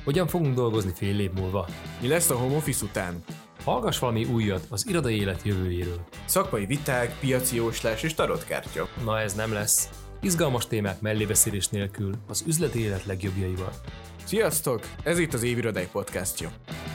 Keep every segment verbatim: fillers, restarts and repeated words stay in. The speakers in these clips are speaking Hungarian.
Hogyan fogunk dolgozni fél év múlva? Mi lesz a home office után? Hallgass valami újat az irodai élet jövőjéről. Szakmai viták, piaci jóslás és tarotkártya. Na ez nem lesz. Izgalmas témák mellébeszélés nélkül az üzleti élet legjobbjaival. Sziasztok! Ez itt az Évirodai podcastja.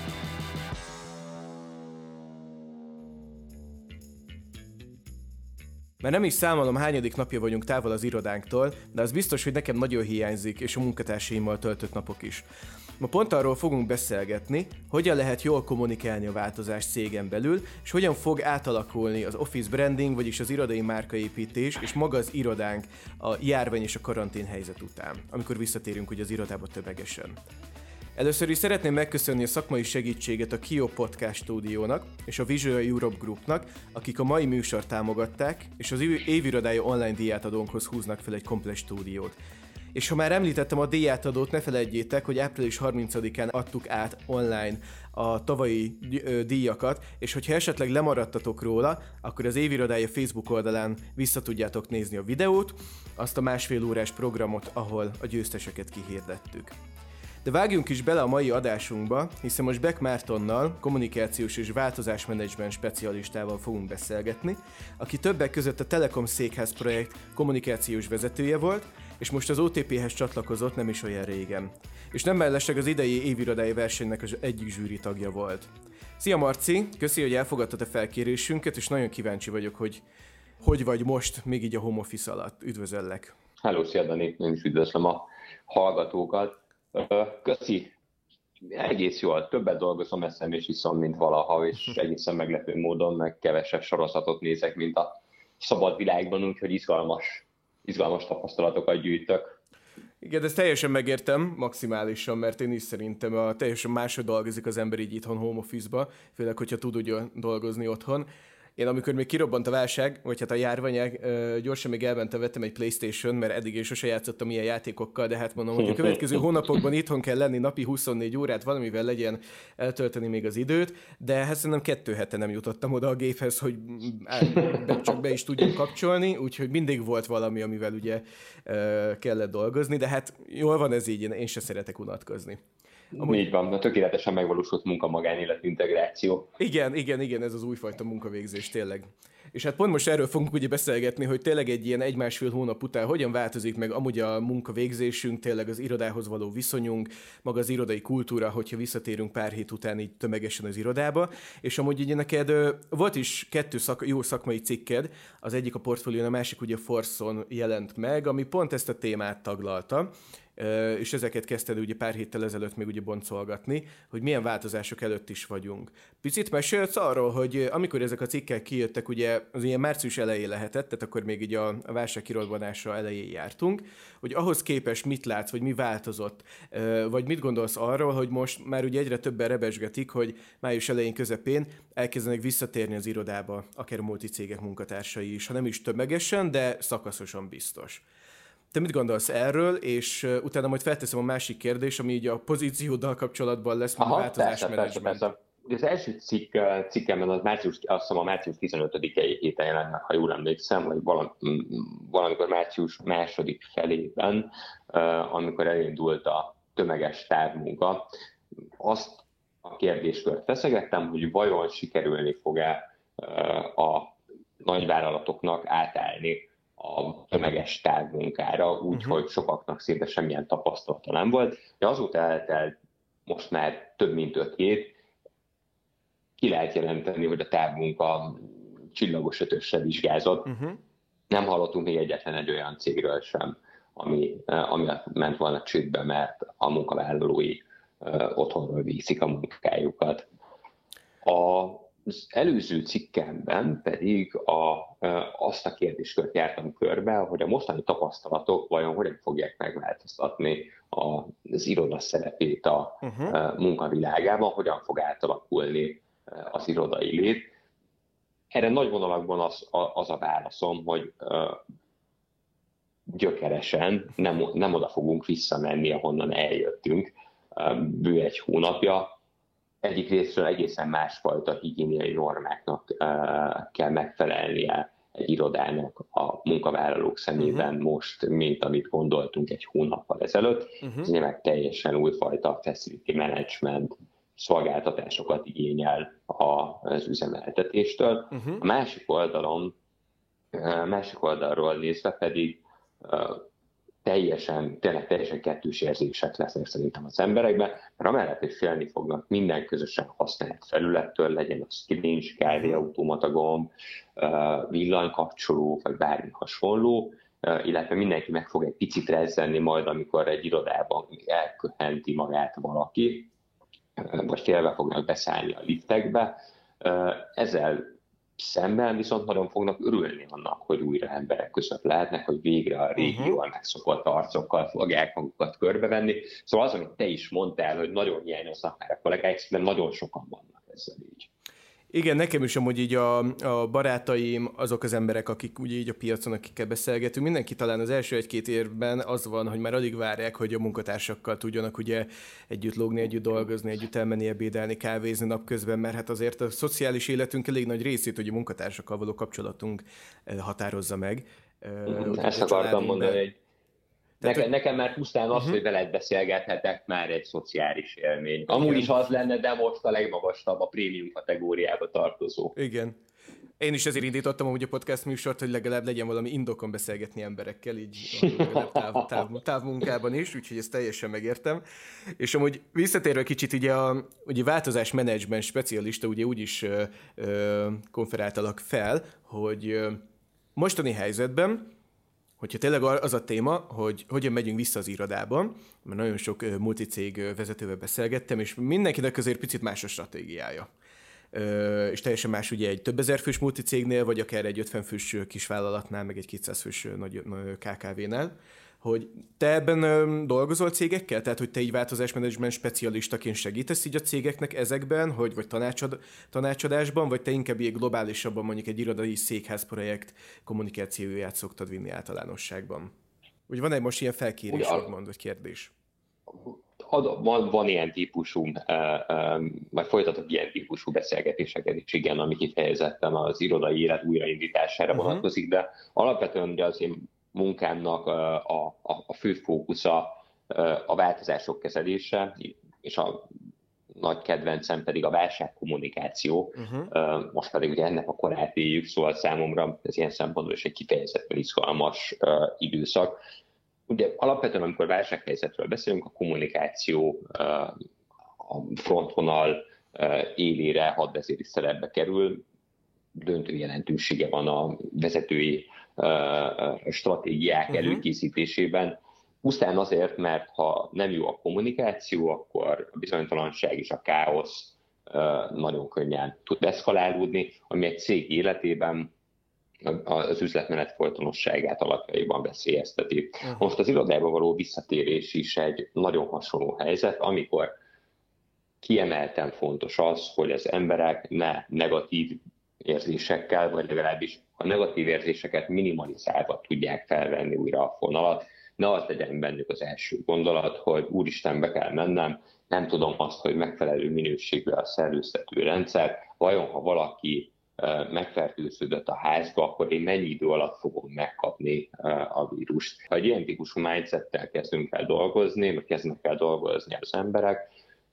Már nem is számolom, hányadik napja vagyunk távol az irodánktól, de az biztos, hogy nekem nagyon hiányzik, és a munkatársaimmal töltött napok is. Ma pont arról fogunk beszélgetni, hogyan lehet jól kommunikálni a változást cégen belül, és hogyan fog átalakulni az office branding, vagyis az irodai márkaépítés, és maga az irodánk a járvány és a karantén helyzet után, amikor visszatérünk ugye az irodába tömegesen. Először is szeretném megköszönni a szakmai segítséget a Kio Podcast Stúdiónak és a Visual Europe Groupnak, akik a mai műsort támogatták, és az Évirodája online díjátadónkhoz húznak fel egy komplet stúdiót. És ha már említettem a díjátadót, ne feledjétek, hogy április harmincadikán adtuk át online a tavalyi díjakat, és hogyha esetleg lemaradtatok róla, akkor az Évirodája Facebook oldalán vissza tudjátok nézni a videót, azt a másfél órás programot, ahol a győzteseket kihirdettük. De vágjunk is bele a mai adásunkba, hiszen most Beck Mártonnal, kommunikációs és változásmenedzsment specialistával fogunk beszélgetni, aki többek között a Telekom Székház projekt kommunikációs vezetője volt, és most az o té pé-hez csatlakozott nem is olyan régen. És nem mellesleg az idei évirodai versenynek az egyik zsűri tagja volt. Szia Marci, köszi, hogy elfogadtad a felkérésünket, és nagyon kíváncsi vagyok, hogy hogy vagy most, még így a home office alatt. Üdvözöllek! Hello, szia Dani, én is üdvözlöm a hallgatókat. Köszi, egész jól, többet dolgozom, eszem és iszom, mint valaha, és egészen meglepő módon meg kevesebb sorozatot nézek, mint a szabad világban, úgyhogy izgalmas, izgalmas tapasztalatokat gyűjtök. Igen, ezt teljesen megértem, maximálisan, mert én is szerintem a teljesen máshogy dolgozik az ember így itthon home office-ba, főleg, hogyha tud ugye dolgozni otthon. Én amikor még kirobbant a válság, vagy hát a járvány, gyorsan még elmentem, vettem egy PlayStation, mert eddig is sose játszottam ilyen játékokkal, de hát mondom, hogy a következő hónapokban itthon kell lenni napi huszonnégy órát, valamivel legyen eltölteni még az időt, de hát szerintem kettő hete nem jutottam oda a géphez, hogy csak be is tudjam kapcsolni, úgyhogy mindig volt valami, amivel ugye kellett dolgozni, de hát jól van ez így, én se szeretek unatkozni. Amúgy... Így van, a tökéletesen megvalósult munka-magánélet integráció. Igen, igen, igen, ez az újfajta munkavégzés tényleg. És hát pont most erről fogunk ugye beszélgetni, hogy tényleg egy ilyen egy-másfél hónap után hogyan változik meg amúgy a munkavégzésünk, tényleg az irodához való viszonyunk, maga az irodai kultúra, hogyha visszatérünk pár hét után így tömegesen az irodába. És amúgy ugye neked volt is kettő szak, jó szakmai cikked, az egyik a Portfólión, a másik ugye a Force-on jelent meg, ami pont ezt a témát taglalta. És ezeket kezdted ugye pár héttel ezelőtt még ugye boncolgatni, hogy milyen változások előtt is vagyunk. Picit mesélsz arról, hogy amikor ezek a cikkek kijöttek, ugye az ilyen március elején lehetett, tehát akkor még így a, a válság kirobbanása elején jártunk, hogy ahhoz képest mit látsz, vagy mi változott, vagy mit gondolsz arról, hogy most már ugye egyre többen rebesgetik, hogy május elején közepén elkezdenek visszatérni az irodába, akár a multicégek munkatársai is, ha nem is tömegesen, de szakaszosan biztos. Te mit gondolsz erről, és uh, utána majd felteszem a másik kérdés, ami így a pozícióddal kapcsolatban lesz, mint változásmenedzsment. Az első cikk, cikkemben az március, azt hiszem a március tizenötödikei héten jelent meg, ha jól emlékszem, vagy valamikor március második felében, uh, amikor elindult a tömeges távmunka. Azt a kérdéskört feszegettem, hogy vajon sikerülni fog-e uh, a nagyvállalatoknak átállni a tömeges távmunkára, úgyhogy uh-huh. sokaknak szinte semmilyen tapasztalata nem volt. De azóta eltelt most már több mint öt hét, ki lehet jelenteni, hogy a távmunka csillagos ötösre vizsgázott. Uh-huh. Nem hallottunk még egyetlen egy olyan cégről sem, ami, ami ment volna csődbe, mert a munkavállalói uh, otthonról viszik a munkájukat. A Az előző cikkemben pedig a, azt a kérdéskört jártam körbe, hogy a mostani tapasztalatok vajon hogyan fogják megváltoztatni az iroda szerepét a uh-huh. munkavilágában, hogyan fog átalakulni az irodai lét. Erre nagy vonalakban az, az a válaszom, hogy gyökeresen nem, nem oda fogunk visszamenni, ahonnan eljöttünk bő egy hónapja. Egyik részről egészen másfajta higiéniai normáknak uh, kell megfelelnie egy irodának a munkavállalók szemében uh-huh. most, mint amit gondoltunk egy hónappal ezelőtt. Uh-huh. Ez nyilván teljesen újfajta facility management szolgáltatásokat igényel az üzemeltetéstől. Uh-huh. A másik oldalon, a másik oldalról nézve pedig teljesen, tényleg teljesen kettős érzések lesznek szerintem az emberekben, mert amellett, hogy félni fognak minden közösen használt felülettől, legyen az kilincs, kávéautomata gomb, villanykapcsoló, vagy bármi hasonló, illetve mindenki meg fog egy picit rezzenni majd, amikor egy irodában elköhenti magát valaki, vagy félve fognak beszállni a liftekbe. Ezzel szemben viszont nagyon fognak örülni annak, hogy újra emberek között lehetnek, hogy végre a régi uh-huh. jól megszokott arcokkal fogják magukat körbevenni. Szóval az, amit te is mondtál, hogy nagyon hiányoznak már a kollégáik, szerintem nagyon sokan vannak ezzel így. Igen, nekem is amúgy így a, a barátaim, azok az emberek, akik ugye így a piacon, akikkel beszélgetünk, mindenki talán az első egy-két évben az van, hogy már alig várják, hogy a munkatársakkal tudjanak ugye együtt lógni, együtt dolgozni, együtt elmenni, ebédelni, kávézni napközben, mert hát azért a szociális életünk elég nagy részét, hogy a munkatársakkal való kapcsolatunk határozza meg. Ezt akartam mondani, hogy Nekem, nekem már pusztán az, uh-huh. hogy veled beszélgethetek, már egy szociális élmény. Amúgy Igen. is az lenne, de most a legmagasabb, a prémium kategóriába tartozó. Igen. Én is ezért indítottam amúgy a podcast műsort, hogy legalább legyen valami indokon beszélgetni emberekkel, így legalább táv, táv, távmunkában is, úgyhogy ezt teljesen megértem. És amúgy visszatérve kicsit, ugye a ugye változásmenedzsment specialista ugye úgy is ö, ö, konferáltalak fel, hogy ö, mostani helyzetben, hogyha tényleg az a téma, hogy hogyan megyünk vissza az irodába, mert nagyon sok multicég vezetővel beszélgettem, és mindenkinek azért picit más a stratégiája. És teljesen más ugye egy több ezer fős multicégnél, vagy akár egy ötven fős kisvállalatnál, meg egy kétszáz fős nagy ká ká vénál, hogy te ebben dolgozol cégekkel? Tehát, hogy te így változásmenedzsment specialistaként segítesz így a cégeknek ezekben, hogy, vagy tanácsad, tanácsadásban, vagy te inkább ilyen globálisabban mondjuk egy irodai székházprojekt kommunikációját szoktad vinni általánosságban? Úgy van egy most ilyen felkérés, úgymond, vagy kérdés? Van, van ilyen típusú, vagy folytatok ilyen típusú beszélgetéseket is, igen, ami kifejezetten az irodai élet újraindítására uh-huh. vonatkozik, de alapvetően ugye az én munkámnak a, a, a fő fókusza a változások kezelése, és a nagy kedvencem pedig a válságkommunikáció. Uh-huh. Most pedig ugye ennek a korát éljük, szóval számomra ez ilyen szempontból is egy kifejezetten izgalmas időszak. Ugye alapvetően, amikor válsághelyzetről beszélünk, a kommunikáció a frontvonal élére, hadvezéri szerepbe kerül, döntő jelentősége van a vezetői stratégiák uh-huh. előkészítésében. Pusztán azért, mert ha nem jó a kommunikáció, akkor a bizonytalanság és a káosz nagyon könnyen tud eszkalálódni, ami egy cég életében az üzletmenet folytonosságát alapjaiban veszélyezteti. Uh-huh. Most az irodába való visszatérés is egy nagyon hasonló helyzet, amikor kiemelten fontos az, hogy az emberek ne negatív érzésekkel, vagy legalábbis a negatív érzéseket minimalizálva tudják felvenni újra a fonalat. Ne az legyen bennük az első gondolat, hogy úristen, be kell mennem, nem tudom azt, hogy megfelelő minőségű a szellőztető rendszer, vajon ha valaki megfertőződött a házba, akkor én mennyi idő alatt fogom megkapni a vírust. Ha egy ilyen típusú mindsettel kezdünk el dolgozni, vagy kezdnek el dolgozni az emberek,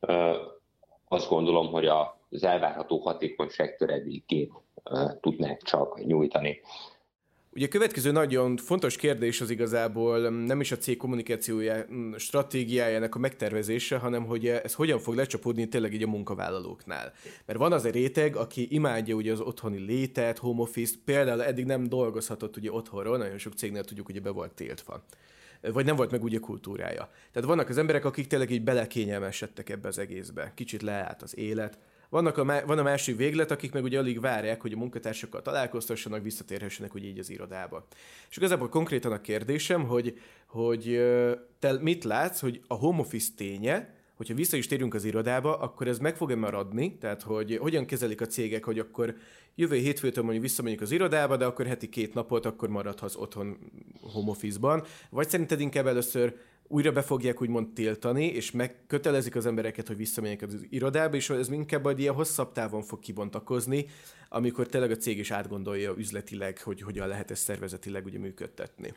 azt gondolom, hogy az elvárható hatékonyság töredékét tudnák csak nyújtani. Ugye a következő nagyon fontos kérdés az igazából nem is a cég kommunikációja stratégiájának a megtervezése, hanem hogy ez hogyan fog lecsapódni tényleg így a munkavállalóknál. Mert van az a réteg, aki imádja ugye az otthoni létet, home office, például eddig nem dolgozhatott ugye otthonról, nagyon sok cégnél tudjuk, hogy be volt tiltva. Vagy nem volt meg ugye kultúrája. Tehát vannak az emberek, akik tényleg így belekényelmesedtek ebbe az egészbe. Kicsit leállt az élet. Vannak a, van a másik véglet, akik meg ugye alig várják, hogy a munkatársakkal találkoztassanak, visszatérhessenek ugye így az irodába. És igazából konkrétan a kérdésem, hogy, hogy te mit látsz, hogy a home office ténye, hogyha vissza is térünk az irodába, akkor ez meg fog-e maradni? Tehát, hogy hogyan kezelik a cégek, hogy akkor jövő hétfőtől mondjuk visszamegyünk az irodába, de akkor heti két napot, akkor maradhatsz otthon home office-ban. Vagy szerinted inkább először újra be fogják úgymond tiltani, és megkötelezik az embereket, hogy visszamenjenek az irodába, és ez inkább majd ilyen hosszabb távon fog kibontakozni, amikor tényleg a cég is átgondolja üzletileg, hogy hogyan lehet ezt szervezetileg ugye működtetni.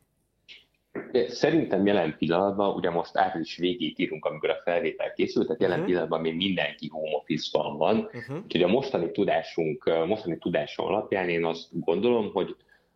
Szerintem jelen pillanatban, ugye most április végét írunk, amikor a felvétel készült, tehát jelen uh-huh. pillanatban még mindenki home office-ban van, uh-huh. úgyhogy a mostani tudásunk, mostani tudásom alapján én azt gondolom, hogy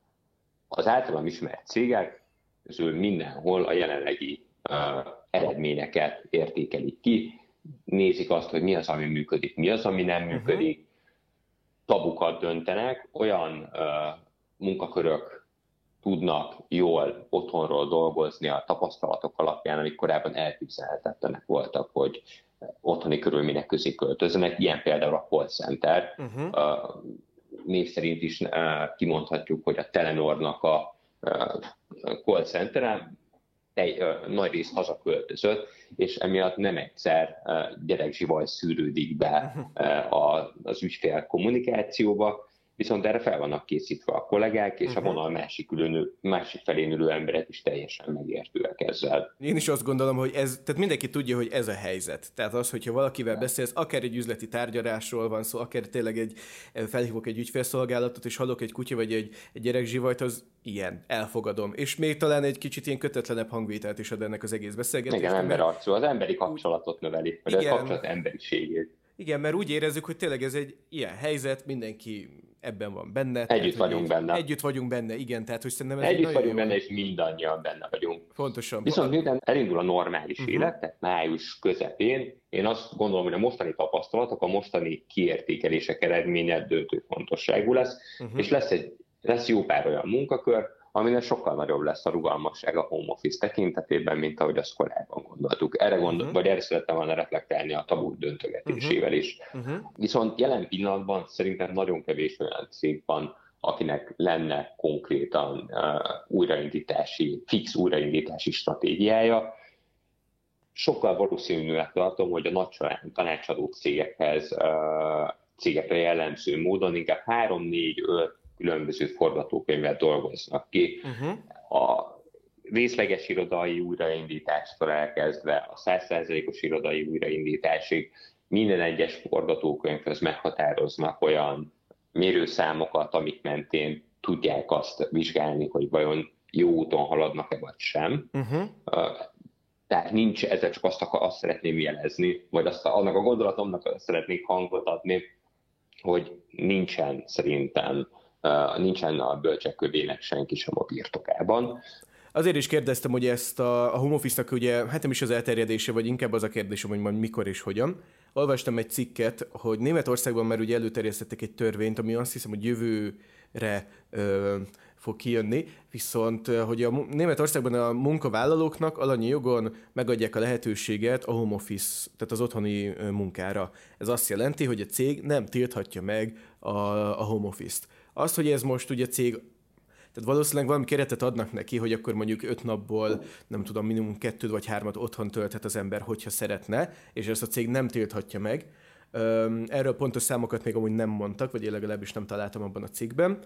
az általam ismert cégek közül mindenhol a jelenlegi uh, eredményeket értékelik ki, nézik azt, hogy mi az, ami működik, mi az, ami nem uh-huh. működik, tabukat döntenek, olyan uh, munkakörök tudnak jól otthonról dolgozni a tapasztalatok alapján, amik korábban elképzelhetetlenek voltak, hogy otthoni körülmények közé költözzenek. Ilyen például a call center. Uh-huh. Uh, név szerint is uh, kimondhatjuk, hogy a Telenornak a uh, call centere egy uh, nagy rész hazaköltözött, és emiatt nem egyszer uh, gyerekzsivaj szűrődik be uh, a, az ügyfél kommunikációba, viszont erre fel vannak készítve a kollégák, és uh-huh. a vonal másik, ülő, másik felén ülő emberek is teljesen megértőek ezzel. Én is azt gondolom, hogy ez, tehát mindenki tudja, hogy ez a helyzet. Tehát az, hogyha valakivel beszélsz, akár egy üzleti tárgyalásról van szó, akár tényleg egy, felhívok egy ügyfélszolgálatot, és hallok egy kutya vagy egy, egy gyerekzsivajt, az ilyen, elfogadom. És még talán egy kicsit ilyen kötetlenebb hangvételt is ad ennek az egész beszélgetésnek. Igen, emberarcú, az emberi kapcsolatot növeli, vagy a kapcsolat emberiségét. Igen, mert úgy érezzük, hogy tényleg ez egy ilyen helyzet, mindenki ebben van benne. Együtt tehát, vagyunk benne. Együtt vagyunk benne, igen. Tehát, hogy szerintem ez együtt vagyunk benne, és mindannyian benne vagyunk. Pontosan. Viszont miután elindul a normális uh-huh. élet, tehát május közepén, én azt gondolom, hogy a mostani tapasztalatok, a mostani kiértékelések eredménye döntő fontosságú lesz, uh-huh. és lesz, egy, lesz jó pár olyan munkakör, aminek sokkal nagyobb lesz a rugalmasság a home office tekintetében, mint ahogy azt korábban gondoltuk. Erre gondol, uh-huh. vagy erre szerettem volna reflektálni a tabuk döntögetésével is. Uh-huh. Viszont jelen pillanatban szerintem nagyon kevés olyan cég van, akinek lenne konkrétan uh, újraindítási, fix újraindítási stratégiája. Sokkal valószínűleg tartom, hogy a nagy tanácsadó cégekhez, uh, cégekre jellemző módon inkább három, négy, öt különböző forgatókönyvet dolgoznak ki. Uh-huh. A részleges irodai újraindítástól elkezdve a száz százalékos irodai újraindításig minden egyes forgatókönyvhöz meghatároznak olyan mérőszámokat, amik mentén tudják azt vizsgálni, hogy vajon jó úton haladnak-e vagy sem. Uh-huh. Tehát nincs, ezzel csak azt, azt szeretném jelezni, vagy azt, annak a gondolatomnak azt szeretnék hangot adni, hogy nincsen szerintem Uh, nincsen a bölcsek kövének senki sem a birtokában. Azért is kérdeztem, hogy ezt a, a home office-nak ugye, hát nem is az elterjedése, vagy inkább az a kérdésem, hogy majd mikor és hogyan. Olvastam egy cikket, hogy Németországban már ugye előterjesztettek egy törvényt, ami azt hiszem, hogy jövőre ö, fog kijönni, viszont hogy a Németországban a munkavállalóknak alanyi jogon megadják a lehetőséget a home office, tehát az otthoni munkára. Ez azt jelenti, hogy a cég nem tilthatja meg a, a home office-t. Az, hogy ez most ugye cég, tehát valószínűleg valami keretet adnak neki, hogy akkor mondjuk öt napból, nem tudom, minimum kettőt vagy hármat otthon tölthet az ember, hogyha szeretne, és ezt a cég nem tilthatja meg. Erről pontos számokat még amúgy nem mondtak, vagy én legalábbis nem találtam abban a cikkben,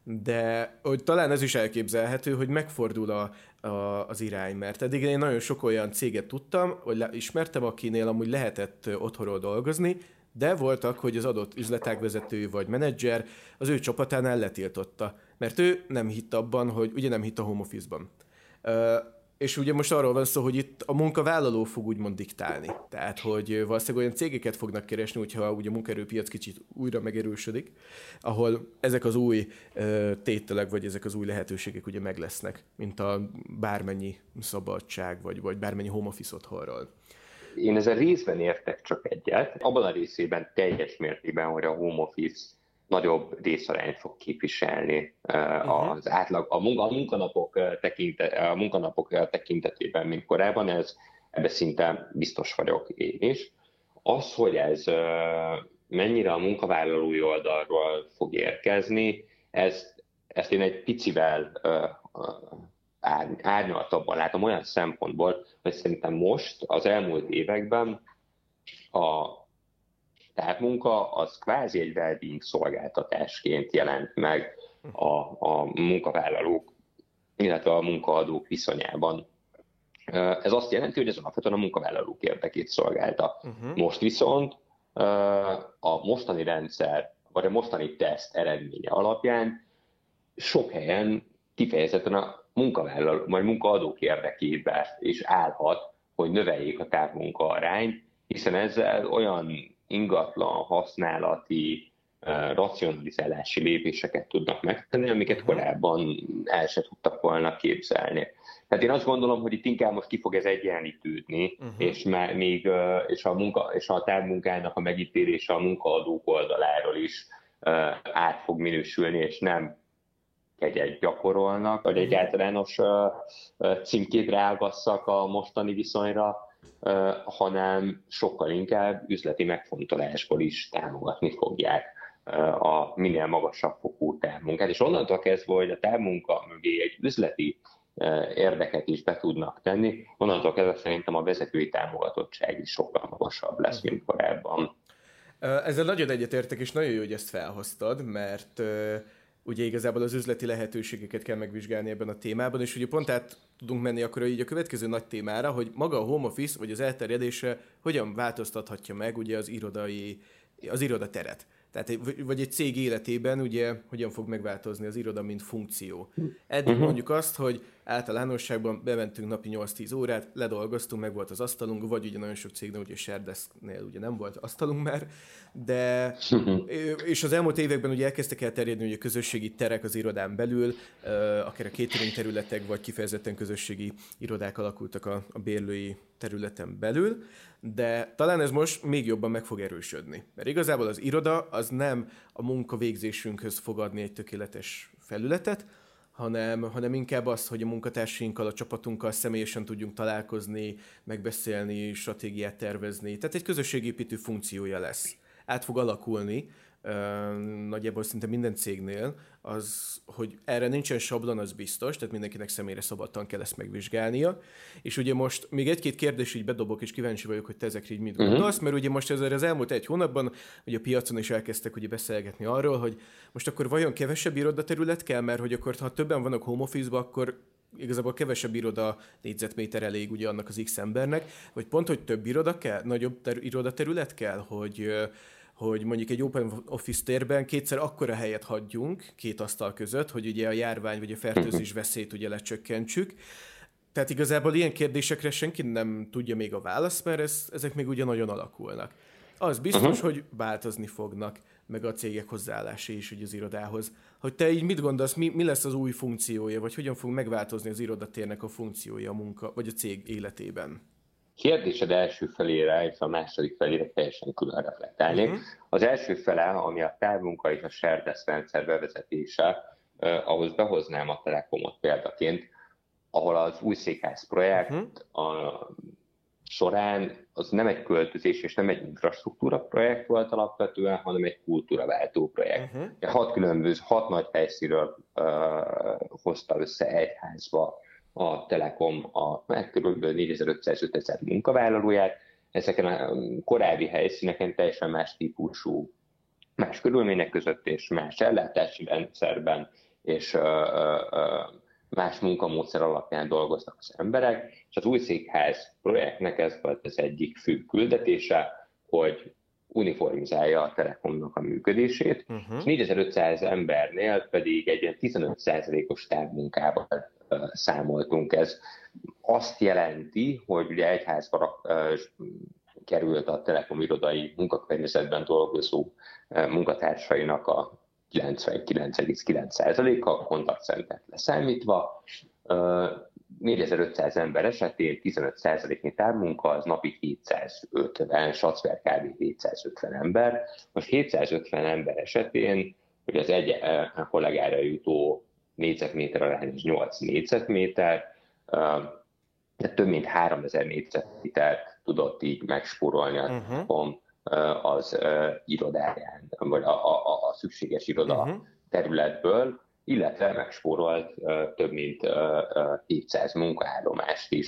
de hogy talán ez is elképzelhető, hogy megfordul a, a, az irány, mert eddig én nagyon sok olyan céget tudtam, vagy le, ismertem, akinél amúgy lehetett otthonról dolgozni, de voltak, hogy az adott üzletágvezető vagy menedzser az ő csapatánál letiltotta, mert ő nem hitt abban, hogy ugye nem hitt a home office-ban. Uh, és ugye most arról van szó, hogy itt a munkavállaló fog úgymond diktálni. Tehát, hogy valószínűleg olyan cégeket fognak keresni, hogyha ugye a munkaerőpiac kicsit újra megerősödik, ahol ezek az új uh, tételek, vagy ezek az új lehetőségek ugye meg lesznek, mint a bármennyi szabadság, vagy, vagy bármennyi home office otthonról. Én ezzel részben értek csak egyet. Abban a részében teljes mértékben, hogy a home office nagyobb részarányt fog képviselni uh-huh. az átlag, a, munka, a, munkanapok tekinte, a munkanapok tekintetében, mint korábban, ez, ebbe szinte biztos vagyok én is. Az, hogy ez mennyire a munkavállalói oldalról fog érkezni, ez, ezt én egy picivel árnyaltabban látom olyan szempontból, hogy szerintem most, az elmúlt években a távmunka az kvázi egy well-being szolgáltatásként jelent meg a, a munkavállalók, illetve a munkaadók viszonyában. Ez azt jelenti, hogy ez alapvetően a munkavállalók érdekét szolgálta. Uh-huh. Most viszont a mostani rendszer, vagy a mostani teszt eredménye alapján sok helyen kifejezetten a munkavállaló, vagy munkaadók érdekében is állhat, hogy növeljék a távmunka arányt, hiszen ezzel olyan ingatlan használati, racionalizálási lépéseket tudnak megtenni, amiket korábban el se tudtak volna képzelni. Tehát én azt gondolom, hogy itt inkább most ki fog ez egyenlítődni, uh-huh. és, már még, és, a munka, és a távmunkának a megítélése a munkaadók oldaláról is át fog minősülni, és nem kegyet gyakorolnak, vagy egy általános címkét ráagasszak a mostani viszonyra, hanem sokkal inkább üzleti megfontolásból is támogatni fogják a minél magasabb fokú távmunkát. És onnantól kezdve, hogy a távmunka mögé egy üzleti érdeket is be tudnak tenni, onnantól kezdve szerintem a vezetői támogatottság is sokkal magasabb lesz, mint korábban. Ezzel nagyon egyetértek, és nagyon jó, hogy ezt felhoztad, mert ugye igazából az üzleti lehetőségeket kell megvizsgálni ebben a témában, és ugye pont át tudunk menni akkor így a következő nagy témára, hogy maga a home office, vagy az elterjedése hogyan változtathatja meg ugye az irodai, az irodateret. Tehát, vagy egy cég életében ugye hogyan fog megváltozni az iroda, mint funkció. Eddig uh-huh. mondjuk azt, hogy általánosságban bementünk napi nyolc-tíz órát, ledolgoztunk, meg volt az asztalunk, vagy ugye nagyon sok cégnél, ugye Sharedesknél ugye nem volt asztalunk már, de uh-huh. és az elmúlt években ugye elkezdtek elterjedni ugye közösségi terek az irodán belül, akár a catering területek, vagy kifejezetten közösségi irodák alakultak a, a bérlői területen belül, de talán ez most még jobban meg fog erősödni. Mert igazából az iroda az nem a munkavégzésünkhöz fog adni egy tökéletes felületet, hanem, hanem inkább az, hogy a munkatársainkkal, a csapatunkkal személyesen tudjunk találkozni, megbeszélni, stratégiát tervezni. Tehát egy közösségépítő funkciója lesz. Át fog alakulni, nagyjából szinte minden cégnél, az, hogy erre nincsen sablon, az biztos, tehát mindenkinek személyre szabadtan kell ezt megvizsgálnia. És ugye most még egy-két kérdés így bedobok, és kíváncsi vagyok, hogy te ezekre így mit gondolsz, uh-huh. mert ugye most ezzel az elmúlt egy hónapban ugye a piacon is elkezdtek ugye beszélgetni arról, hogy most akkor vajon kevesebb irodaterület kell, mert hogy akkor ha többen vannak home office-ba, akkor igazából kevesebb iroda négyzetméter elég ugye annak az X embernek, vagy pont, hogy több iroda kell, nagyobb ter- irodaterület kell, hogy hogy mondjuk egy open office térben kétszer akkora helyet hagyjunk két asztal között, hogy ugye a járvány vagy a fertőzés veszélyt ugye lecsökkentsük. Tehát igazából ilyen kérdésekre senki nem tudja még a választ, mert ez, ezek még ugye nagyon alakulnak. Az biztos, uh-huh. hogy változni fognak, meg a cégek hozzáállása is ugye az irodához. Hogy te így mit gondolsz, mi, mi lesz az új funkciója, vagy hogyan fog megváltozni az irodatérnek a funkciója a munka, vagy a cég életében? Kérdésed első felére és a második felére teljesen külön reflektálnék. Uh-huh. Az első fele, ami a távmunka és a Sharedesk rendszer bevezetése, eh, ahhoz behoznám a Telekomot példaként, ahol az új székház projekt uh-huh. a során az nem egy költözés és nem egy infrastruktúra projekt volt alapvetően, hanem egy kultúraváltó projekt. Uh-huh. Hat különböző, hat nagy helyszínről uh, hozta össze egy házba a Telekom a meg kb. négyezer-ötszáz-ötezer munkavállalóját. Ezeken a korábbi helyszíneken teljesen más típusú, más körülmények között és más ellátási rendszerben és uh, uh, más munkamódszer alapján dolgoznak az emberek, és az új székház projektnek ez volt az egyik fő küldetése, hogy uniformizálja a Telekomnak a működését, uh-huh. és négyezer-ötszáz embernél pedig egy ilyen tizenöt százalékos távmunkával uh, számoltunk. Ez azt jelenti, hogy ugye egy házba uh, került a Telekom irodai munkakörnyezetben dolgozó uh, munkatársainak a kilencvenkilenc egész kilenc százaléka a kontaktcentert leszámítva. Uh, négyezer-ötszáz ember esetén tizenöt százaléknyi távmunka az napi hétszázötven, Sacver kb. hétszázötven ember. Most hétszázötven ember esetén, hogy az egy uh, kollégára jutó négyzetméter arányos nyolc négyzetméter, uh, de több mint háromezer négyzetmétert tudott így megspórolni a Telekom uh-huh. az uh, irodáján, vagy a, a, a szükséges iroda uh-huh. területből, illetve megspórolt uh, több mint uh, hétszáz munkaállomást is.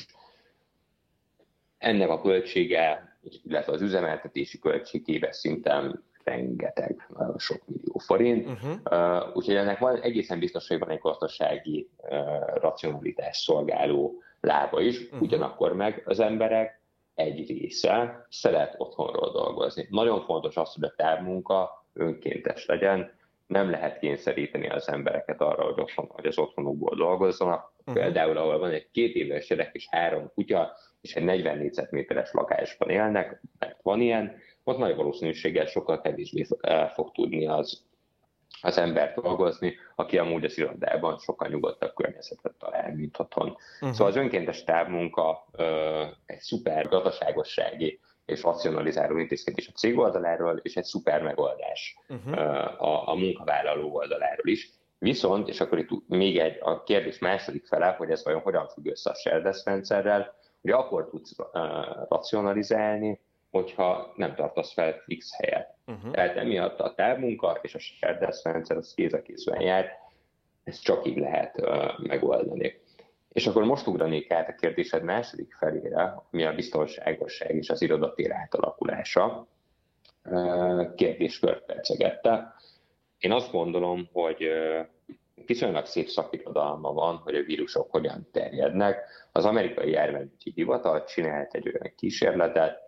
Ennek a költsége, illetve az üzemeltetési költségébe szinten rengeteg, uh, sok millió forint. Uh-huh. Uh, úgyhogy ennek van, egészen biztos, hogy van egy gazdasági uh, racionalitás szolgáló lába is, uh-huh. ugyanakkor meg az emberek egy része szeret otthonról dolgozni. Nagyon fontos az, hogy a távmunka önkéntes legyen, nem lehet kényszeríteni az embereket arra, hogy, otthon, hogy az otthonukból dolgozzanak. Uh-huh. Például, ahol van egy két éves gyerek és három kutya, és egy negyven négyzetméteres lakásban élnek, mert van ilyen, ott nagy valószínűséggel sokkal kevésbé fog tudni az, az ember dolgozni, aki amúgy az irodában sokkal nyugodtabb környezetet talál, mint otthon. Uh-huh. Szóval az önkéntes távmunka ö, egy szuper gazdaságossági és racionalizáló intézkedés a cég oldaláról, és egy szuper megoldás uh-huh. a, a munkavállaló oldaláról is. Viszont, és akkor itt még egy a kérdés második fele, hogy ez vajon hogyan függ össze a shared desk rendszerrel, hogy akkor tudsz uh, racionalizálni, hogyha nem tartasz fel fix helyet. Uh-huh. Tehát emiatt a távmunka és a shared desk rendszer az kéz a kézben jár, ezt csak így lehet uh, megoldani. És akkor most ugranék át a kérdésed második felére, ami a biztonságosság és az irodatér átalakulása. Kérdéskört percegette. Én azt gondolom, hogy viszonylag szép szakirodalma van, hogy a vírusok hogyan terjednek. Az amerikai járványügyi hivatal csinált egy olyan kísérletet,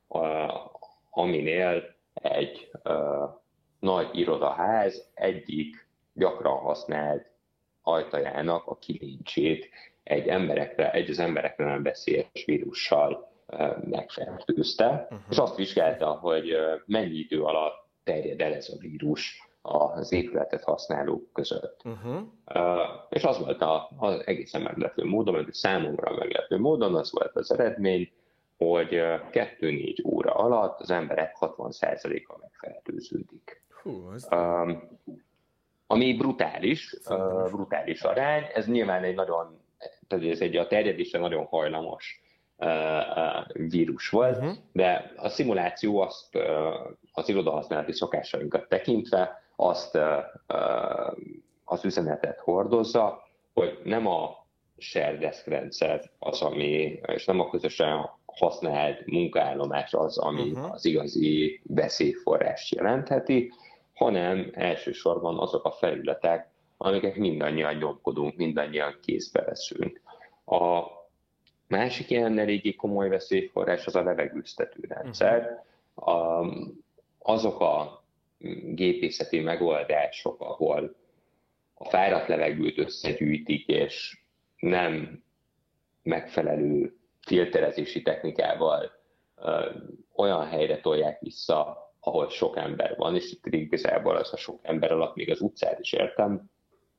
aminél egy nagy irodaház egyik gyakran használt ajtajának a kilincsét egy emberekre, egy az emberekre nem veszélyes vírussal uh, megfertőzte, uh-huh. és azt vizsgálta, hogy uh, mennyi idő alatt terjed el ez a vírus az épületet használók között. Uh-huh. Uh, és az volt a, az egészen meglepő módon, vagy számomra meglepő módon, az volt az eredmény, hogy kettő-négy óra alatt az emberek hatvan százaléka megfertőződik. Hú, az... um, ami brutális, uh, brutális arány, ez nyilván egy nagyon, tehát ez egy a terjedésre nagyon hajlamos uh, uh, vírus volt, uh-huh. de a szimuláció azt uh, az irodahasználati szokásainkat tekintve azt uh, uh, az üzenetet hordozza, hogy nem a shared desk rendszer az, ami, és nem a közösen használt munkaállomás az, ami uh-huh. az igazi veszélyforrást jelentheti, hanem elsősorban azok a felületek, amiket mindannyian nyomkodunk, mindannyian kézbe veszünk. A másik ilyen eléggé komoly veszélyforrás az a levegőztető rendszer. A, azok a gépészeti megoldások, ahol a fáradt levegőt összegyűjtik, és nem megfelelő filterezési technikával ö, olyan helyre tolják vissza, ahol sok ember van, és itt igazából az a sok ember alatt még az utcát is értem,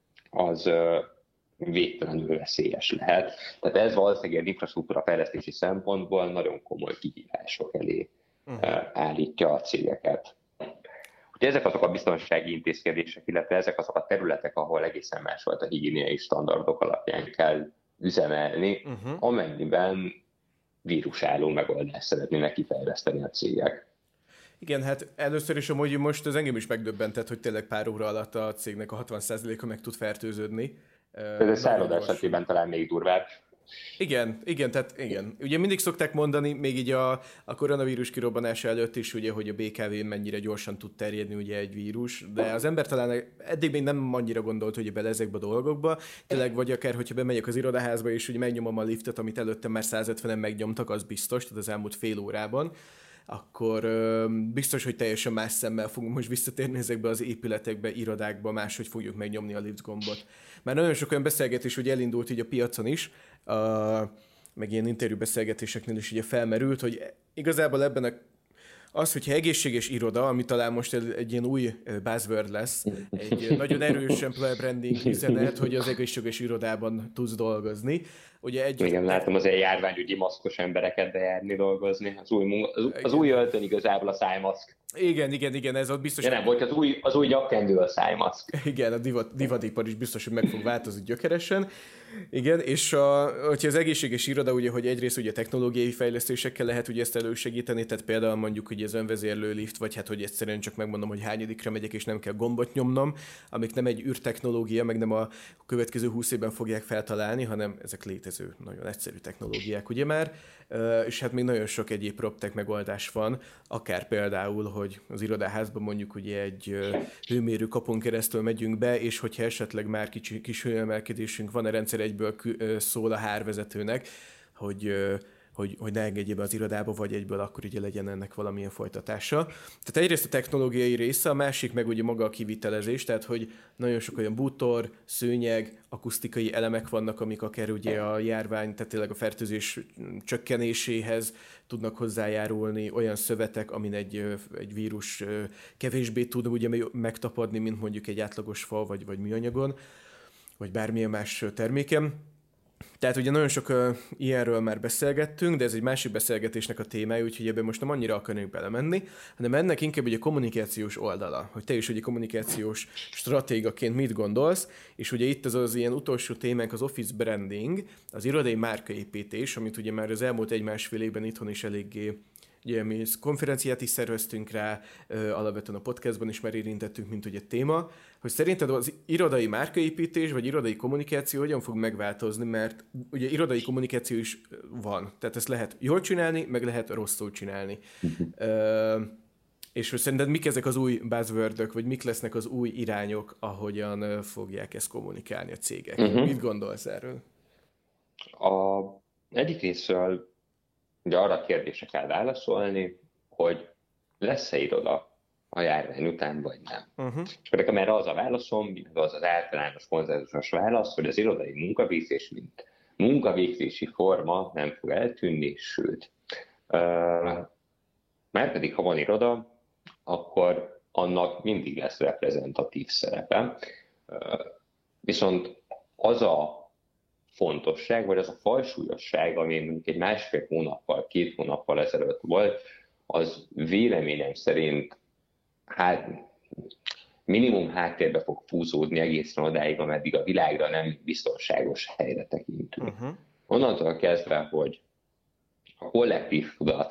az ö, végtelenül veszélyes lehet. Tehát ez valószínűleg egy infrastruktúra fejlesztési szempontból nagyon komoly kihívások elé uh-huh. ö, állítja a cégeket. Ugye ezek azok a biztonsági intézkedések, illetve ezek azok a területek, ahol egészen más volt a higiéniai standardok alapján kell üzemelni, uh-huh. amennyiben vírusálló megoldást szeretnének kifejleszteni a cégek. Igen, hát először is amúgy most az engem is megdöbbentett, hogy tényleg pár óra alatt a cégnek a hatvan százaléka meg tud fertőződni. Ez a szállodás esetében talán még durvább. Igen, igen, tehát igen. Ugye mindig szokták mondani, még így a, a koronavírus kirobbanása előtt is, ugye, hogy a bé ká vén mennyire gyorsan tud terjedni ugye egy vírus, de az ember talán eddig még nem annyira gondolt, hogy bele ezekbe a dolgokba, tényleg vagy akár, hogyha bemegyek az irodaházba, és ugye megnyomom a liftet, amit előtte már százötvenen megnyomtak, az biztos, tehát az elmúlt fél órában, akkor ö, biztos, hogy teljesen más szemmel fogunk most visszatérni ezekbe az épületekbe, irodákba, máshogy fogjuk megnyomni a lift gombot. Már nagyon sok olyan beszélgetés ugye elindult így a piacon is, uh, meg ilyen interjú beszélgetéseknél is ugye felmerült, hogy igazából ebben a az, hogyha egészséges iroda, ami talán most egy ilyen új buzzword lesz, egy nagyon erős employer branding üzenet, hogy az egészséges irodában tudsz dolgozni. Ugye egy... Igen, látom az egy járványügyi maszkos embereket bejárni dolgozni. Az új, munka, az, az új öltön igazából a szájmaszk. Igen, igen, igen, ez ott biztos... De nem, volt az új, az új nyakkendő a szájmaszk. Igen, a divat, divadipar is biztos, hogy meg fog változni gyökeresen. Igen, és a, hogyha az egészséges iroda, ugye, hogy egyrészt ugye technológiai fejlesztésekkel lehet ugye ezt elősegíteni, tehát például mondjuk ugye az önvezérlő lift, vagy hát hogy egyszerűen csak megmondom, hogy hányadikra megyek, és nem kell gombot nyomnom, amik nem egy űrtechnológia, meg nem a következő húsz évben fogják feltalálni, hanem ezek létező létező, nagyon egyszerű technológiák, ugye már, és hát még nagyon sok egyéb PropTech megoldás van, akár például, hogy az irodaházban mondjuk ugye egy hőmérő kapon keresztül megyünk be, és hogyha esetleg már kicsi, kis hőemelkedésünk van, a rendszer egyből szól a hárvezetőnek, hogy Hogy, hogy ne engedje be az irodába, vagy egyből akkor ugye legyen ennek valamilyen folytatása. Tehát egyrészt a technológiai része, a másik meg ugye maga a kivitelezés, tehát hogy nagyon sok olyan bútor, szőnyeg, akusztikai elemek vannak, amik akár ugye a járvány, tehát tényleg a fertőzés csökkenéséhez tudnak hozzájárulni, olyan szövetek, amin egy, egy vírus kevésbé tud ugye megtapadni, mint mondjuk egy átlagos fa, vagy, vagy műanyagon, vagy bármilyen más terméken. Tehát ugye nagyon sok uh, ilyenről már beszélgettünk, de ez egy másik beszélgetésnek a témája, úgyhogy ebben most nem annyira akarnék belemenni, hanem ennek inkább ugye a kommunikációs oldala, hogy te is ugye kommunikációs stratégaként mit gondolsz, és ugye itt az az ilyen utolsó témánk az office branding, az irodai márkaépítés, amit ugye már az elmúlt egy-másfél évben itthon is eléggé. Ugye mi konferenciát is szerveztünk rá, alapvetően a podcastban is már érintettünk, mint ugye téma, hogy szerinted az irodai márkaépítés, vagy irodai kommunikáció hogyan fog megváltozni, mert ugye irodai kommunikáció is van, tehát ezt lehet jól csinálni, meg lehet rosszul csinálni. Uh, és hogy szerinted mik ezek az új buzzwordök, vagy mik lesznek az új irányok, ahogyan fogják ezt kommunikálni a cégek? Uh-huh. Mit gondolsz erről? A egyik részről ugye arra a kérdésre kell válaszolni, hogy lesz-e iroda a járvány után, vagy nem. Uh-huh. És nekem erre az a válaszom, az az általános konszenzusos válasz, hogy az irodai munkavégzés, mint munkavégzési forma nem fog eltűnni, sőt. Uh, Márpedig, ha van iroda, akkor annak mindig lesz reprezentatív szerepe. Uh, viszont az a fontosság, vagy az a fajsúlyosság, ami mondjuk egy másfél hónappal, két hónappal ezelőtt volt, az véleményem szerint hát, minimum háttérbe fog fúzódni egészen odáig, ameddig a világra nem biztonságos helyre tekintünk. Uh-huh. Onnantól kezdve, hogy a kollektív tudat,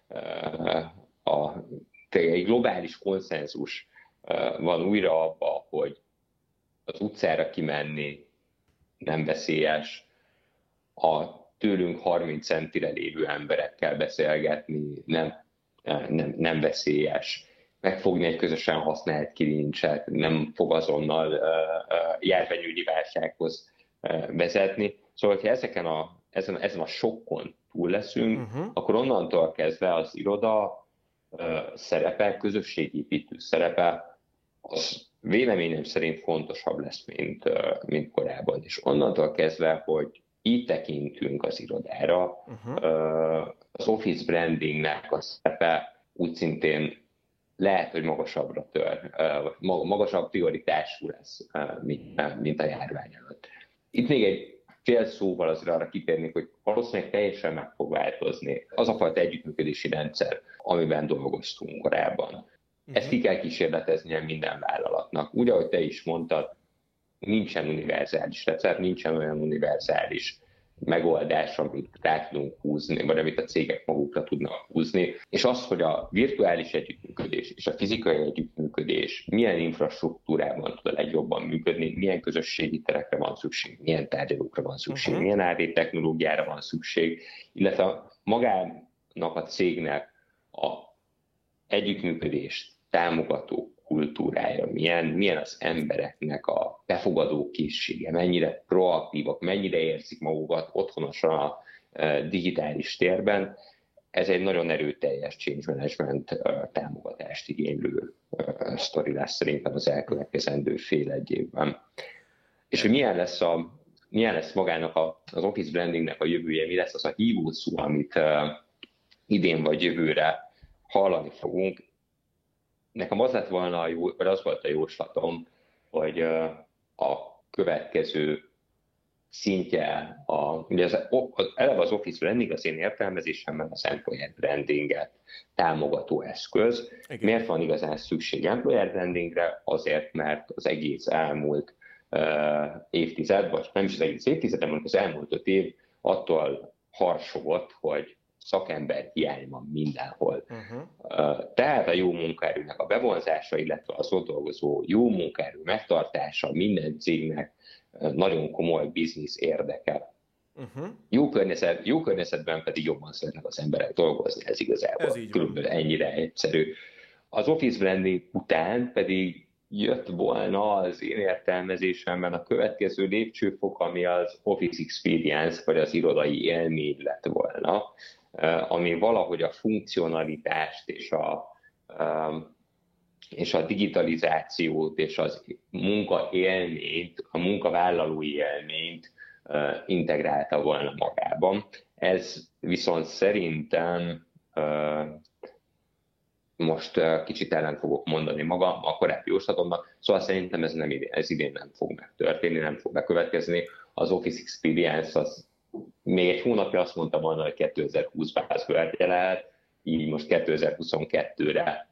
a, egy globális konszenzus van újra abba, hogy az utcára kimenni nem veszélyes, a tőlünk harminc centire lévő emberekkel beszélgetni nem, nem, nem veszélyes, megfogni egy közösen használt kilincset nem fog azonnal uh, uh, járványügyi válsághoz uh, vezetni. Szóval, ha ezeken a, ezen, ezen a sokkon túl leszünk, uh-huh. akkor onnantól kezdve az iroda uh, szerepe, közösségépítő szerepe, az véleményem szerint fontosabb lesz, mint, mint korábban. És onnantól kezdve, hogy így tekintünk az irodára, uh-huh. az office brandingnek a szerepe úgy szintén lehet, hogy magasabbra tör, magasabb prioritású lesz, mint, mint a járvány előtt. Itt még egy fél szóval azért arra kitérnék, hogy valószínűleg teljesen meg fog változni az a fajta együttműködési rendszer, amiben dolgoztunk korábban. Ezt ki kell kísérleteznie minden vállalatnak. Úgy, ahogy te is mondtad, nincsen univerzális recept, nincsen olyan univerzális megoldás, amit rá tudunk húzni, vagy amit a cégek magukra tudnak húzni. És az, hogy a virtuális együttműködés és a fizikai együttműködés milyen infrastruktúrában tud a legjobban működni, milyen közösségi terekre van szükség, milyen tárgyalókra van szükség, uh-huh. milyen á dé technológiára van szükség, illetve magának a cégnek a együttműködést támogató kultúrája, milyen, milyen az embereknek a befogadó készsége, mennyire proaktívak, mennyire érzik magukat otthonosan a digitális térben. Ez egy nagyon erőteljes change management támogatást igénylő sztori lesz szerintem az elkövetkezendő fél egy évben. És hogy milyen lesz, a, milyen lesz magának a, az office brandingnek a jövője, mi lesz az a hívószó, amit idén vagy jövőre hallani fogunk. Nekem az lett volna, jó, vagy az volt a jóslatom, hogy a következő szintje, a, ugye az, az, eleve az office branding az én értelmezésemben az employer brandinget támogató eszköz. Igen. Miért van igazán szükség employer brandingre? Azért, mert az egész elmúlt uh, évtized, vagy nem is az egész évtized, hanem az elmúlt öt év attól harsogott, hogy szakember hiány van mindenhol. Uh-huh. Tehát a jó munkaerőnek a bevonzása, illetve az ott dolgozó jó munkaerő megtartása minden cégnek nagyon komoly biznisz érdeke. Uh-huh. Jó, környezet, jó környezetben pedig jobban szeretnek az emberek dolgozni, ez igazából ez körülbelül ennyire egyszerű. Az office branding után pedig jött volna az én értelmezésemben a következő lépcsőfok, ami az office experience, vagy az irodai élmény lett volna, ami valahogy a funkcionalitást és a, és a digitalizációt és az munkaélményt, a munkavállalói élményt integrálta volna magában. Ez viszont szerintem most kicsit ellen fogok mondani magam a korábbi jóslatomnak, szóval szerintem ez, nem idén, ez idén nem fog megtörténni, nem fog bekövetkezni. Az Office Experience az még egy hónapja azt mondta volna, hogy kétezer-húszban ez követje lehet, így most kétezer-huszonkettőre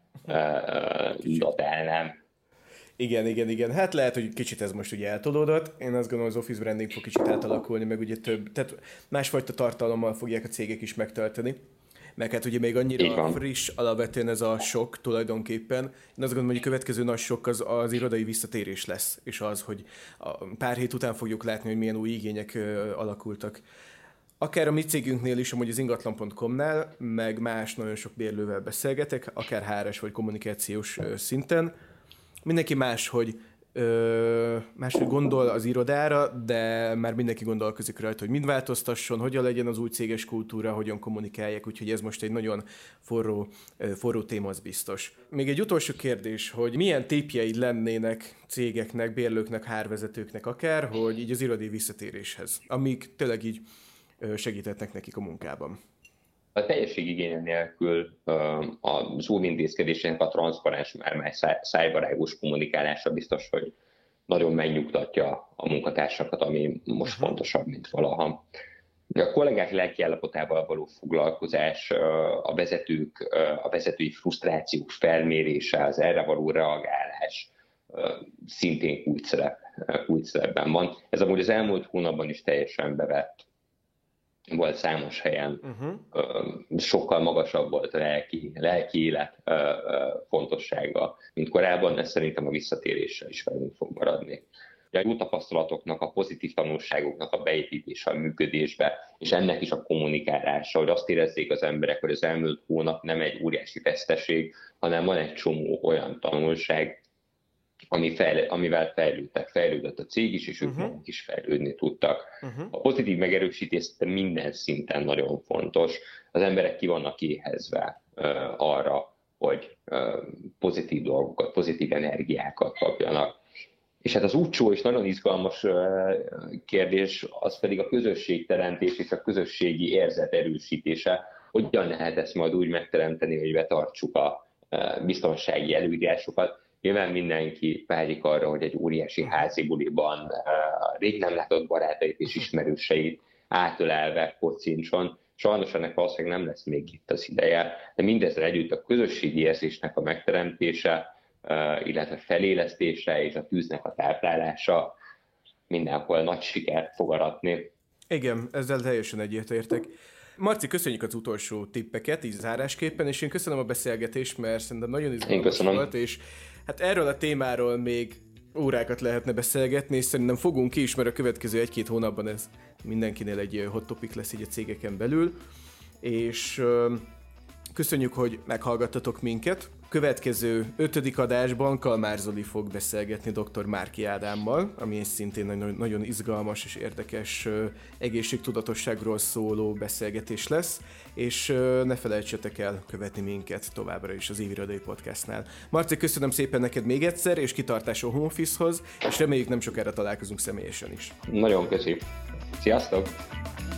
uh, datálnám. Igen, igen, igen. Hát lehet, hogy kicsit ez most ugye eltolódott. Én azt gondolom, az office branding fog kicsit átalakulni, meg ugye több, tehát másfajta tartalommal fogják a cégek is megtölteni. Meg hát ugye még annyira friss alapvetően ez a sok tulajdonképpen. Én azt gondolom, hogy a következő nagy sok az, az irodai visszatérés lesz, és az, hogy a pár hét után fogjuk látni, hogy milyen új igények ö, alakultak. Akár a mi cégünknél is, amúgy az ingatlan pont com-nál, meg más nagyon sok bérlővel beszélgetek, akár há er es vagy kommunikációs ö, szinten. Mindenki máshogy, ö, máshogy gondol az irodára, de már mindenki gondolkozik rajta, hogy mind változtasson, hogyan legyen az új céges kultúra, hogyan kommunikálják, úgyhogy ez most egy nagyon forró, forró téma, az biztos. Még egy utolsó kérdés, hogy milyen tippjeid lennének cégeknek, bérlőknek, há er vezetőknek akár, hogy így az irodai visszatéréshez, amik tényleg így segítetnek nekik a munkában? A teljességigénye nélkül a Zoom intézkedésének a transzparens, már más szájbarágos kommunikálása biztos, hogy nagyon megnyugtatja a munkatársakat, ami most uh-huh. fontosabb, mint valaha. A kollégák lelkiállapotával való foglalkozás, a vezetők, a vezetői frusztrációs felmérése, az erre való reagálás szintén kulcs szerep, kulcs szerepben van. Ez amúgy az elmúlt hónapban is teljesen bevett. Volt számos helyen, uh-huh. sokkal magasabb volt a lelki, lelki élet fontossága, mint korábban, ez szerintem a visszatéréssel is velünk fog maradni. A jó tapasztalatoknak, a pozitív tanulságoknak a beépítése a működésbe, és ennek is a kommunikálása, hogy azt érezzék az emberek, hogy az elmúlt hónap nem egy óriási veszteség, hanem van egy csomó olyan tanulság, ami fejle, amivel fejlődtek, fejlődött a cég is, és ők uh-huh. maguk is fejlődni tudtak. Uh-huh. A pozitív megerősítés minden szinten nagyon fontos. Az emberek ki vannak éhezve uh, arra, hogy uh, pozitív dolgokat, pozitív energiákat kapjanak. És hát az útcsó és nagyon izgalmas uh, kérdés, az pedig a közösségteremtés és a közösségi érzet erősítése. Hogyan lehet ezt majd úgy megteremteni, hogy betartsuk a uh, biztonsági előírásokat. Nyilván mindenki vágyik arra, hogy egy óriási házi buliban uh, rég nem látott barátait és ismerőseit átölelve kocincson. Sajnos ennek valószínűleg nem lesz még itt az ideje, de mindezzel együtt a közösségi érzésnek a megteremtése, uh, illetve felélesztése és a tűznek a táplálása mindenhol nagy sikert fog aratni. Igen, ezzel teljesen egyetértek. Marci, köszönjük az utolsó tippeket, így zárásképpen, és én köszönöm a beszélgetést, mert szerintem nagyon izgalmas volt, és hát erről a témáról még órákat lehetne beszélgetni, és szerintem fogunk ki is, mert a következő egy-két hónapban ez mindenkinél egy hot topic lesz így a cégeken belül, és köszönjük, hogy meghallgattatok minket. Következő ötödik adásban Kalmár Zoli fog beszélgetni dr. Márki Ádámmal, ami egy szintén nagyon, nagyon izgalmas és érdekes egészségtudatosságról szóló beszélgetés lesz, és ne felejtsetek el követni minket továbbra is az Évirodai Podcastnál. Marci, köszönöm szépen neked még egyszer, és kitartás a home office-hoz, és reméljük nem sokára találkozunk személyesen is. Nagyon köszönjük. Sziasztok!